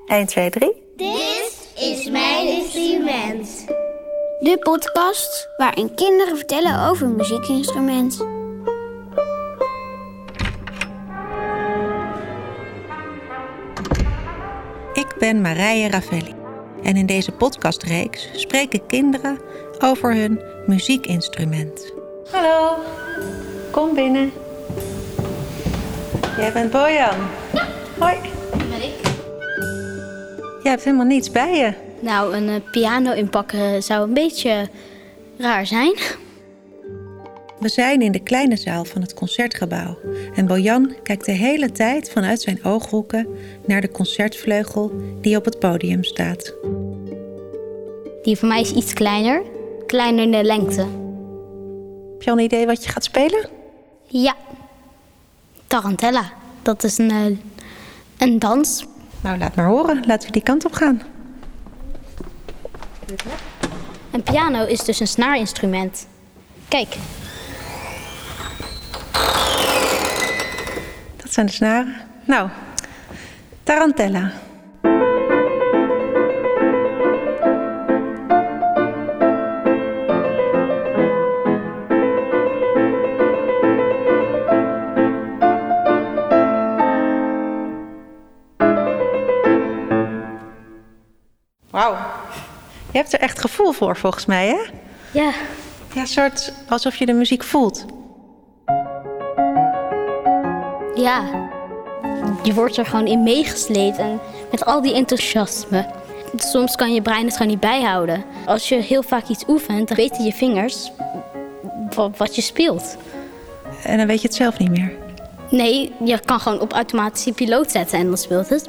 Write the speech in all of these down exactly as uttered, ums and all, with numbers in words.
één, twee, drie. Dit is mijn instrument. De podcast waarin kinderen vertellen over een muziekinstrument. Ik ben Marije Ravelli en in deze podcastreeks spreken kinderen over hun muziekinstrument. Hallo, kom binnen. Jij bent Bojan. Ja. Hoi. Dat ben ik. Jij hebt helemaal niets bij je. Nou, een uh, piano inpakken zou een beetje raar zijn. We zijn in de kleine zaal van het Concertgebouw. En Bojan kijkt de hele tijd vanuit zijn ooghoeken naar de concertvleugel die op het podium staat. Die van mij is iets kleiner. Kleiner in de lengte. Heb je al een idee wat je gaat spelen? Ja. Tarantella. Dat is een, uh, een dans. Nou, laat maar horen. Laten we die kant op gaan. Een piano is dus een snaarinstrument. Kijk. Dat zijn de snaren. Nou, Tarantella. Wauw. Je hebt er echt gevoel voor, volgens mij, hè? Ja. Ja, een soort alsof je de muziek voelt. Ja. Je wordt er gewoon in meegesleept en met al die enthousiasme. Soms kan je brein het gewoon niet bijhouden. Als je heel vaak iets oefent, dan weten je vingers wat je speelt. En dan weet je het zelf niet meer. Nee, je kan gewoon op automatische piloot zetten en dan speelt het.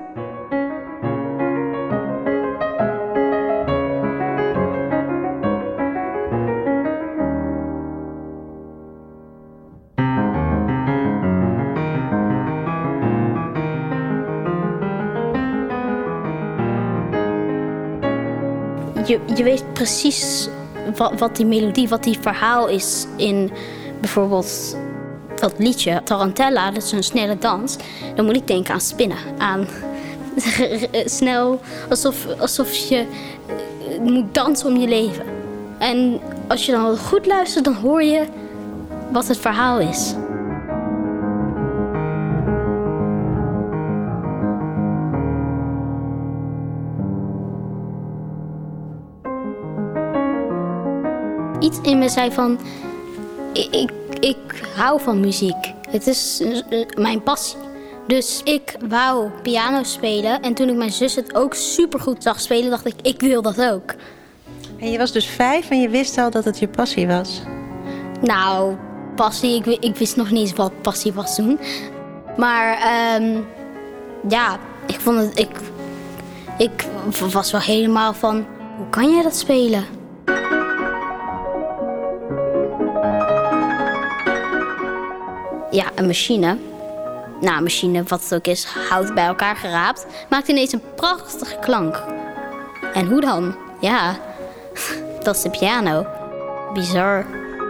Je, je weet precies wat, wat die melodie, wat die verhaal is in bijvoorbeeld dat liedje Tarantella, dat is een snelle dans. Dan moet ik denken aan spinnen, aan snel, alsof, alsof je moet dansen om je leven. En als je dan goed luistert, dan hoor je wat het verhaal is. Iets in me zei van, ik, ik, ik hou van muziek. Het is mijn passie. Dus ik wou piano spelen. En toen ik mijn zus het ook supergoed zag spelen, dacht ik, ik wil dat ook. En je was dus vijf en je wist al dat het je passie was? Nou, passie, ik, ik wist nog niet eens wat passie was toen. Maar um, ja, ik vond het, ik, ik was wel helemaal van, hoe kan jij dat spelen? Ja, een machine. Nou, een machine, wat het ook is, hout bij elkaar geraapt, maakt ineens een prachtige klank. En hoe dan? Ja, dat is de piano. Bizar.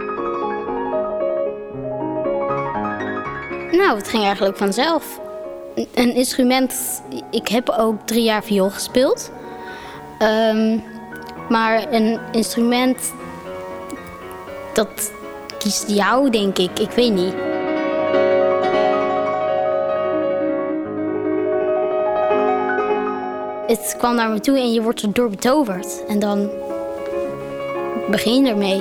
Nou, het ging eigenlijk vanzelf. Een instrument, ik heb ook drie jaar viool gespeeld. Um, maar een instrument, dat kiest jou, denk ik. Ik weet niet. Het kwam naar me toe en je wordt erdoor betoverd. En dan begin je ermee.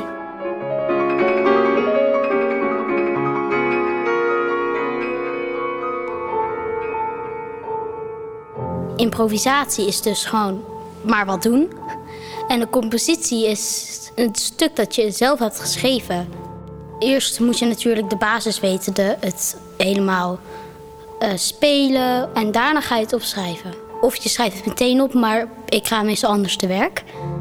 Improvisatie is dus gewoon maar wat doen. En de compositie is een stuk dat je zelf hebt geschreven. Eerst moet je natuurlijk de basis weten, de, het helemaal uh, spelen. En daarna ga je het opschrijven. Of je schrijft het meteen op, maar ik ga meestal anders te werk.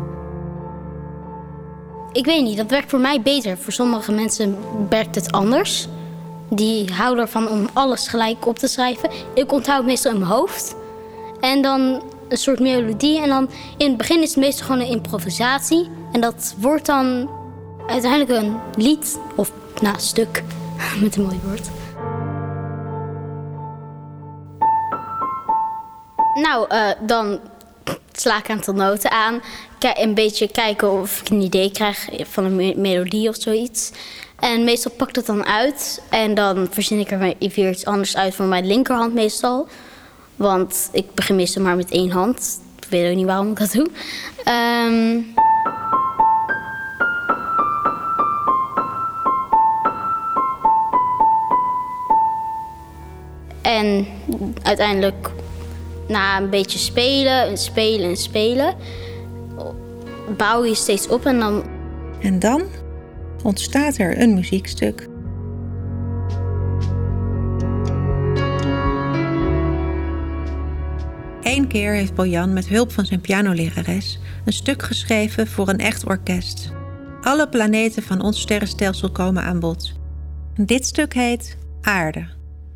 Ik weet niet, dat werkt voor mij beter. Voor sommige mensen werkt het anders. Die houden ervan om alles gelijk op te schrijven. Ik onthoud het meestal in mijn hoofd. En dan een soort melodie. En dan in het begin is het meestal gewoon een improvisatie. En dat wordt dan uiteindelijk een lied. Of nou, een stuk, met een mooi woord. Nou, uh, dan sla ik een aantal noten aan. K- een beetje kijken of ik een idee krijg van een me- melodie of zoiets. En meestal pak ik het dan uit. En dan verzin ik er weer iets anders uit voor mijn linkerhand meestal. Want ik begin meestal maar met één hand. Ik weet ook niet waarom ik dat doe. Um... En uiteindelijk, na een beetje spelen en spelen en spelen, bouw je steeds op en dan... En dan ontstaat er een muziekstuk. Eén keer heeft Bojan met hulp van zijn pianolerares een stuk geschreven voor een echt orkest. Alle planeten van ons sterrenstelsel komen aan bod. Dit stuk heet Aarde.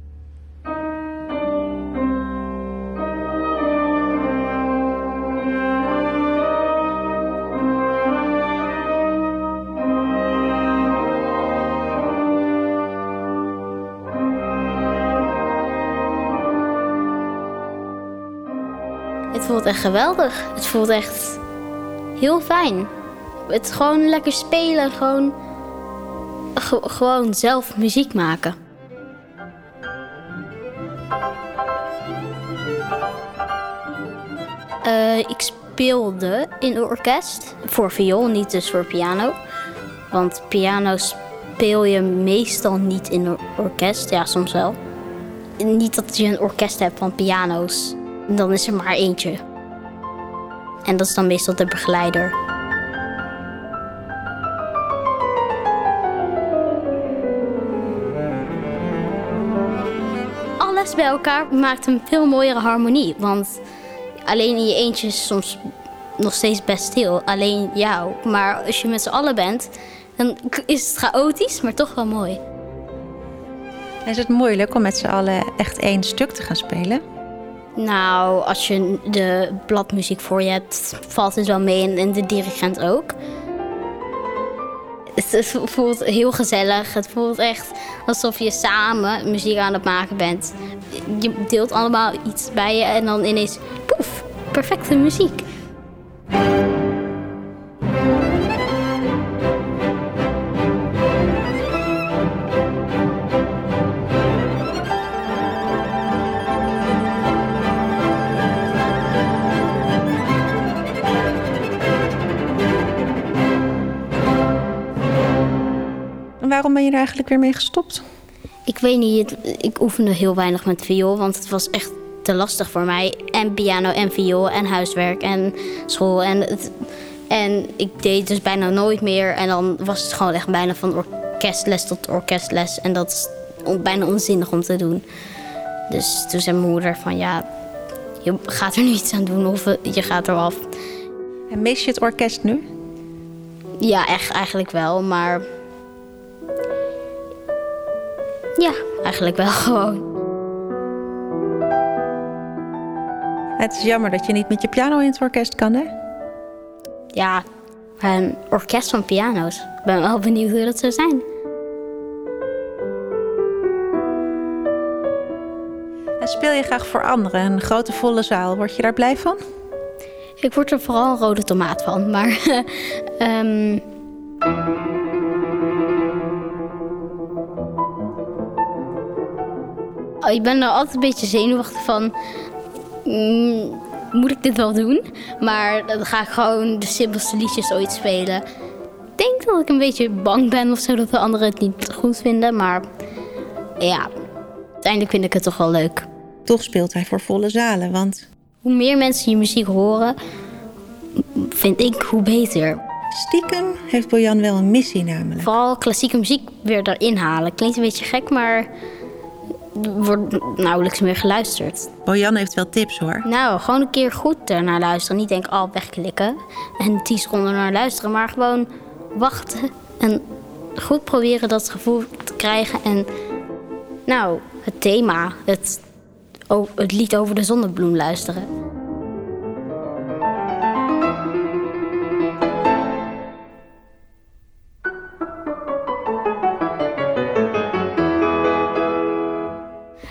Het voelt echt geweldig. Het voelt echt heel fijn. Het gewoon lekker spelen, gewoon, ge- gewoon zelf muziek maken. Uh, ik speelde in een orkest voor viool, niet dus voor piano. Want piano speel je meestal niet in een orkest. Ja, soms wel. Niet dat je een orkest hebt van piano's. Dan is er maar eentje. En dat is dan meestal de begeleider. Alles bij elkaar maakt een veel mooiere harmonie. Want alleen in je eentje is soms nog steeds best stil. Alleen jou. Maar als je met z'n allen bent, dan is het chaotisch, maar toch wel mooi. Is het moeilijk om met z'n allen echt één stuk te gaan spelen? Nou, als je de bladmuziek voor je hebt, valt het wel mee en de dirigent ook. Het voelt heel gezellig. Het voelt echt alsof je samen muziek aan het maken bent. Je deelt allemaal iets bij je en dan ineens, poef, perfecte muziek. Waarom ben je er eigenlijk weer mee gestopt? Ik weet niet, ik oefende heel weinig met viool, want het was echt te lastig voor mij. En piano en viool en huiswerk en school. En, het, en ik deed dus bijna nooit meer. En dan was het gewoon echt bijna van orkestles tot orkestles. En dat is bijna onzinnig om te doen. Dus toen zei mijn moeder van ja, je gaat er nu iets aan doen of je gaat eraf. En mis je het orkest nu? Ja, echt eigenlijk wel, maar... Ja, eigenlijk wel gewoon. Het is jammer dat je niet met je piano in het orkest kan, hè? Ja, een orkest van piano's. Ik ben wel benieuwd hoe dat zou zijn. En speel je graag voor anderen, een grote volle zaal. Word je daar blij van? Ik word er vooral een rode tomaat van, maar... um... Oh, ik ben er altijd een beetje zenuwachtig van... Mm, moet ik dit wel doen? Maar dan ga ik gewoon de simpelste liedjes ooit spelen. Ik denk dat ik een beetje bang ben of zo, dat de anderen het niet goed vinden. Maar ja, uiteindelijk vind ik het toch wel leuk. Toch speelt hij voor volle zalen, want... Hoe meer mensen je muziek horen, vind ik, hoe beter. Stiekem heeft Bojan wel een missie namelijk. Vooral klassieke muziek weer erin halen. Klinkt een beetje gek, maar... Er wordt nauwelijks meer geluisterd. Bojan heeft wel tips, hoor. Nou, gewoon een keer goed naar luisteren. Niet denken, oh, wegklikken. En tien seconden naar luisteren. Maar gewoon wachten. En goed proberen dat gevoel te krijgen. En nou, het thema. Het, oh, het lied over de zonnebloem luisteren.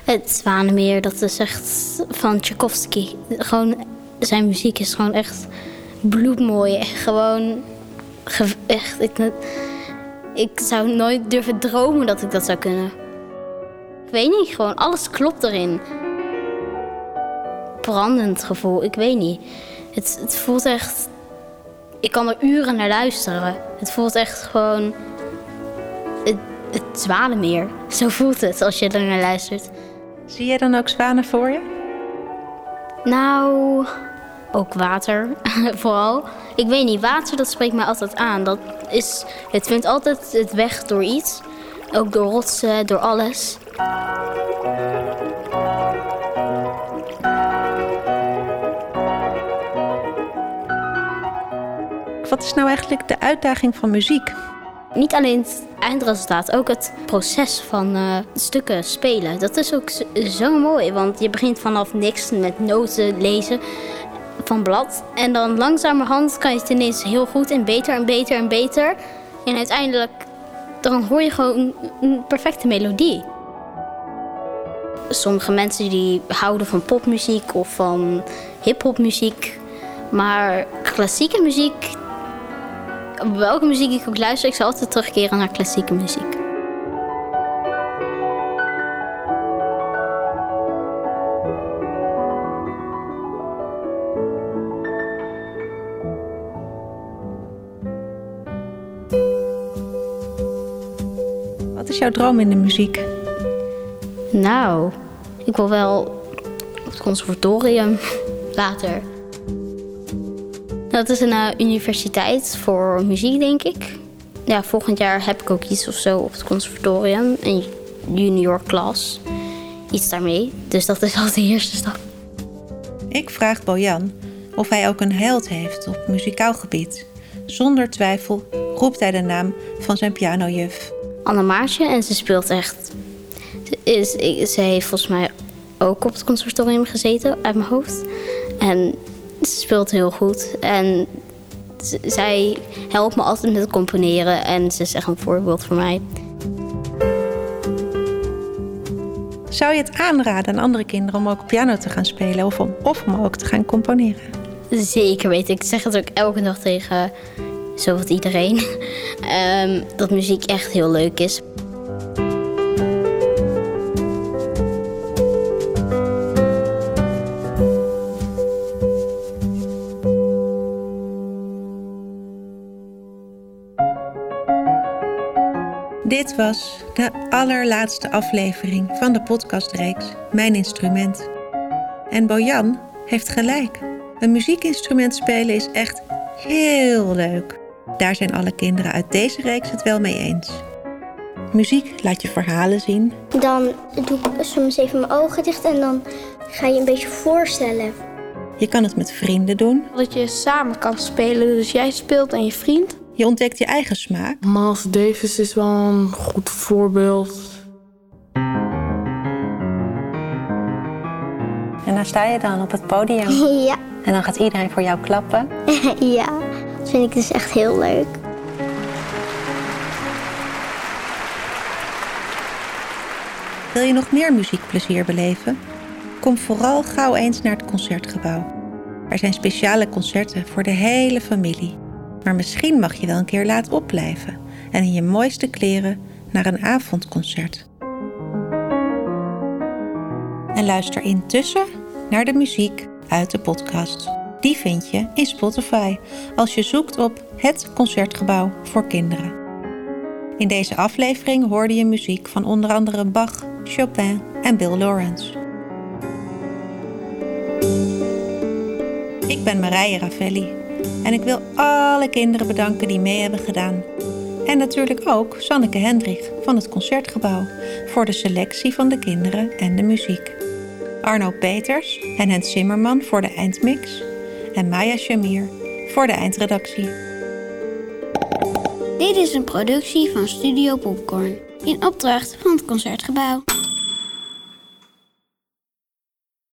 Het Zwanemeer, dat is echt van Tchaikovsky. Gewoon, zijn muziek is gewoon echt bloedmooi. Gewoon, echt, ik, ik zou nooit durven dromen dat ik dat zou kunnen. Ik weet niet, gewoon alles klopt erin. Brandend gevoel, ik weet niet. Het, het voelt echt... Ik kan er uren naar luisteren. Het voelt echt gewoon... Het, het Zwanemeer. Zo voelt het als je er naar luistert. Zie je dan ook zwanen voor je? Nou, ook water, vooral. Ik weet niet, water dat spreekt mij altijd aan. Dat is, het vindt altijd het weg door iets. Ook door rotsen, door alles. Wat is nou eigenlijk de uitdaging van muziek? Niet alleen het eindresultaat, ook het proces van uh, stukken spelen. Dat is ook zo mooi, want je begint vanaf niks met noten lezen van blad. En dan langzamerhand kan je het ineens heel goed en beter en beter en beter. En uiteindelijk dan hoor je gewoon een perfecte melodie. Sommige mensen die houden van popmuziek of van hiphopmuziek. Maar klassieke muziek... Welke muziek ik ook luister, ik zal altijd terugkeren naar klassieke muziek. Wat is jouw droom in de muziek? Nou, ik wil wel op het conservatorium later. Dat is een uh, universiteit voor muziek, denk ik. Ja, volgend jaar heb ik ook iets of zo op het conservatorium. Een junior klas. Iets daarmee. Dus dat is al de eerste stap. Ik vraag Bojan of hij ook een held heeft op muzikaal gebied. Zonder twijfel roept hij de naam van zijn pianojuf. Anne Maartje, en ze speelt echt... Is, ze heeft volgens mij ook op het conservatorium gezeten, uit mijn hoofd. En... Ze speelt heel goed en z- zij helpt me altijd met het componeren en ze is echt een voorbeeld voor mij. Zou je het aanraden aan andere kinderen om ook piano te gaan spelen of om, of om ook te gaan componeren? Zeker weten. Ik zeg het ook elke dag tegen zowat iedereen. um, dat muziek echt heel leuk is. Dit was de allerlaatste aflevering van de podcastreeks Mijn Instrument. En Bojan heeft gelijk. Een muziekinstrument spelen is echt heel leuk. Daar zijn alle kinderen uit deze reeks het wel mee eens. Muziek laat je verhalen zien. Dan doe ik soms even mijn ogen dicht en dan ga je een beetje voorstellen. Je kan het met vrienden doen. Dat je samen kan spelen, dus jij speelt en je vriend. Je ontdekt je eigen smaak. Miles Davis is wel een goed voorbeeld. En dan sta je dan op het podium. Ja. En dan gaat iedereen voor jou klappen. Ja, dat vind ik dus echt heel leuk. Wil je nog meer muziekplezier beleven? Kom vooral gauw eens naar het Concertgebouw. Er zijn speciale concerten voor de hele familie. Maar misschien mag je wel een keer laat opblijven en in je mooiste kleren naar een avondconcert. En luister intussen naar de muziek uit de podcast. Die vind je in Spotify als je zoekt op Het Concertgebouw voor Kinderen. In deze aflevering hoorde je muziek van onder andere Bach, Chopin en Bill Lawrence. Ik ben Marije Ravelli en ik wil alle kinderen bedanken die mee hebben gedaan. En natuurlijk ook Sanneke Hendrich van het Concertgebouw voor de selectie van de kinderen en de muziek. Arno Peters en Hens Zimmerman voor de eindmix en Maya Shamir voor de eindredactie. Dit is een productie van Studio Popcorn in opdracht van het Concertgebouw.